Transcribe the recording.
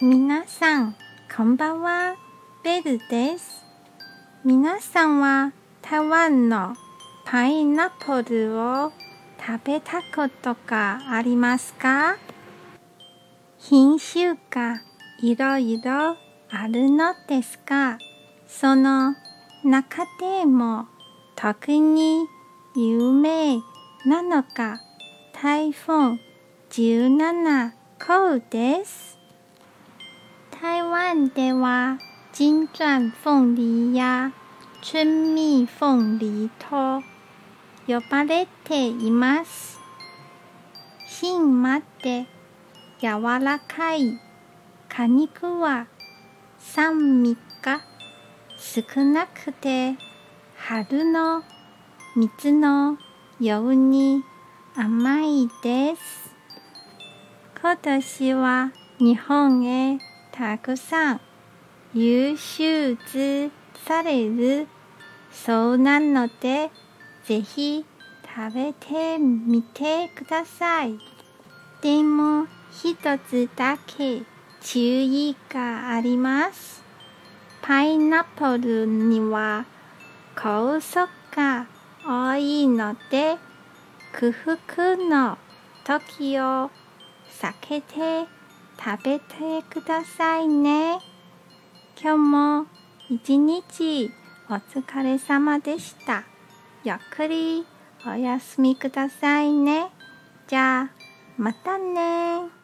皆さん、こんばんは。ベルです。皆さんは台湾のパイナップルを食べたことがありますか？品種がいろいろあるのですが、その中でも特に有名なのが台風17号です。台湾では金钻鳳梨や春蜜鳳梨と呼ばれています。芯まで柔らかい果肉は酸味が少なくて春の蜜のように甘いです。今年は日本へたくさん輸出されるそうなので、ぜひ食べてみてください。でも一つだけ注意があります。パイナップルには酵素が多いので、空腹の時を避けて食べてくださいね。今日も一日お疲れ様でした。ゆっくりお休みくださいね。じゃあまたね。